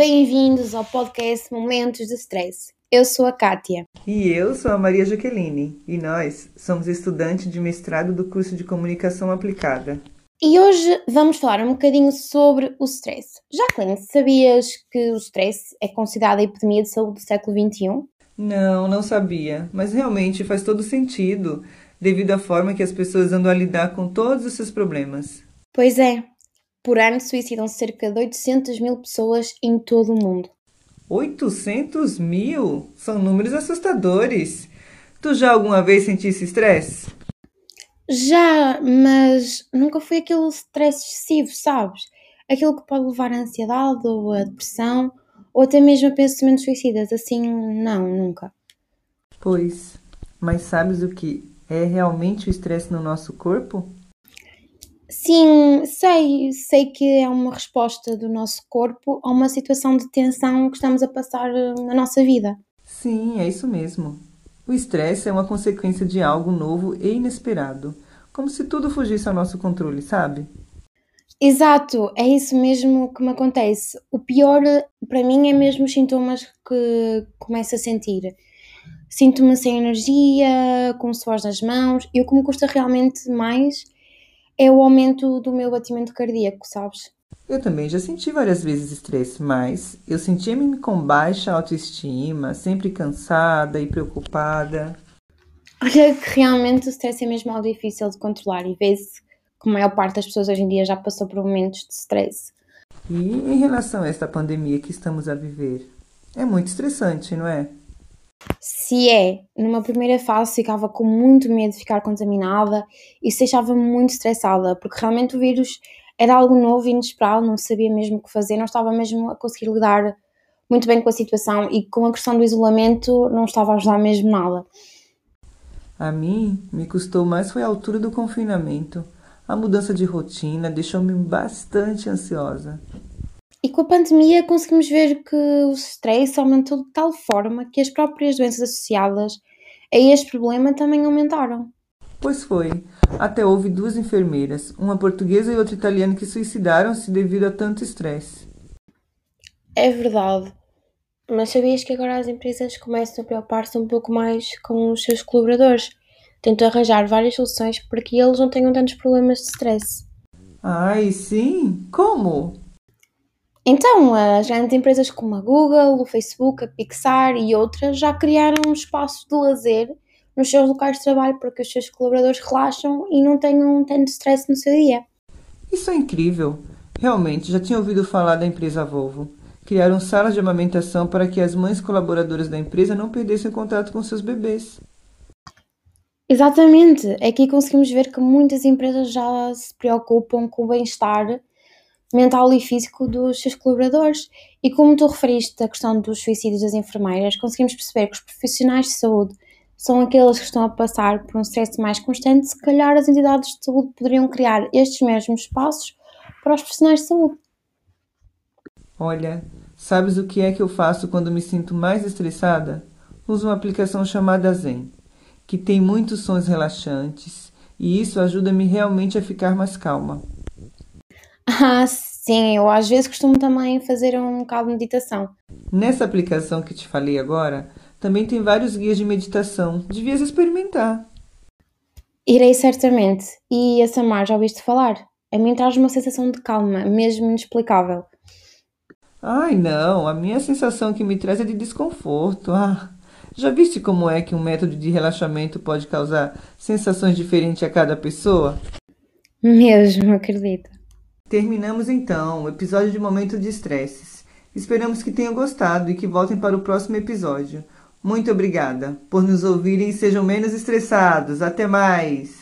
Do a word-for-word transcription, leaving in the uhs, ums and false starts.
Bem-vindos ao podcast Momentos de Stress. Eu sou a Kátia. E eu sou a Maria Jaqueline. E nós somos estudantes de mestrado do curso de Comunicação Aplicada. E hoje vamos falar um bocadinho sobre o stress. Jacqueline, sabias que o stress é considerado a epidemia de saúde do século vinte e um? Não, não sabia. Mas realmente faz todo sentido, devido à forma que as pessoas andam a lidar com todos os seus problemas. Pois é. Por ano suicidam cerca de oitocentas mil pessoas em todo o mundo. oitocentos mil? São números assustadores. Tu já alguma vez sentisse estresse? Já, mas nunca foi aquele stress excessivo, sabes? Aquilo que pode levar à ansiedade ou à depressão ou até mesmo a pensamentos suicidas. Assim, não, nunca. Pois, mas sabes o que é realmente o estresse no nosso corpo? Sim, sei, sei que é uma resposta do nosso corpo a uma situação de tensão que estamos a passar eh, na nossa vida. Sim, é isso mesmo. O estresse é uma consequência de algo novo e inesperado, como se tudo fugisse ao nosso controle, sabe? Exato, é isso mesmo que me acontece. O pior eh, para mim é mesmo os sintomas que começo a sentir. Sinto-me sem energia, com suor nas mãos, e o que me custa realmente mais é o aumento do meu batimento cardíaco, sabes? Eu também já senti várias vezes estresse, mas eu sentia-me com baixa autoestima, sempre cansada e preocupada. Olha que realmente o stress é mesmo algo difícil de controlar e vê-se que a maior parte das pessoas hoje em dia já passou por momentos de stress. E em relação a esta pandemia que estamos a viver, é muito estressante, não é? Se é, numa primeira fase ficava com muito medo de ficar contaminada e isso deixava-me muito estressada, porque realmente o vírus era algo novo e inesperado, não sabia mesmo o que fazer, não estava mesmo a conseguir lidar muito bem com a situação e com a questão do isolamento não estava a ajudar mesmo nada. A mim, me custou mais foi a altura do confinamento. A mudança de rotina deixou-me bastante ansiosa. E com a pandemia conseguimos ver que o stress aumentou de tal forma que as próprias doenças associadas a este problema também aumentaram. Pois foi. Até houve duas enfermeiras, uma portuguesa e outra italiana, que suicidaram-se devido a tanto estresse. É verdade, mas sabias que agora as empresas começam a preocupar-se um pouco mais com os seus colaboradores? Tentam arranjar várias soluções para que eles não tenham tantos problemas de stress. Ai, sim? Como? Então, as grandes empresas como a Google, o Facebook, a Pixar e outras já criaram um espaço de lazer nos seus locais de trabalho para que os seus colaboradores relaxam e não tenham tanto stress no seu dia. Isso é incrível. Realmente, já tinha ouvido falar da empresa Volvo. Criaram salas de amamentação para que as mães colaboradoras da empresa não perdessem contato com seus bebês. Exatamente, aqui conseguimos ver que muitas empresas já se preocupam com o bem-estar mental e físico dos seus colaboradores. E como tu referiste a questão dos suicídios das enfermeiras, conseguimos perceber que os profissionais de saúde são aqueles que estão a passar por um stress mais constante. Se calhar as entidades de saúde poderiam criar estes mesmos espaços para os profissionais de saúde. Olha, sabes o que é que eu faço quando me sinto mais estressada? Uso uma aplicação chamada Zen, que tem muitos sons relaxantes, e isso ajuda-me realmente a ficar mais calma. Ah, sim, eu às vezes costumo também fazer um bocado de meditação. Nessa aplicação que te falei agora, também tem vários guias de meditação. Devias experimentar. Irei certamente. E a Samar, já ouviste falar? A mim traz uma sensação de calma, mesmo inexplicável. Ai, não, a minha sensação que me traz é de desconforto. Ah, já viste como é que um método de relaxamento pode causar sensações diferentes a cada pessoa? Mesmo, acredito. Terminamos então o episódio de Momento de Estresses. Esperamos que tenham gostado e que voltem para o próximo episódio. Muito obrigada por nos ouvirem e sejam menos estressados. Até mais!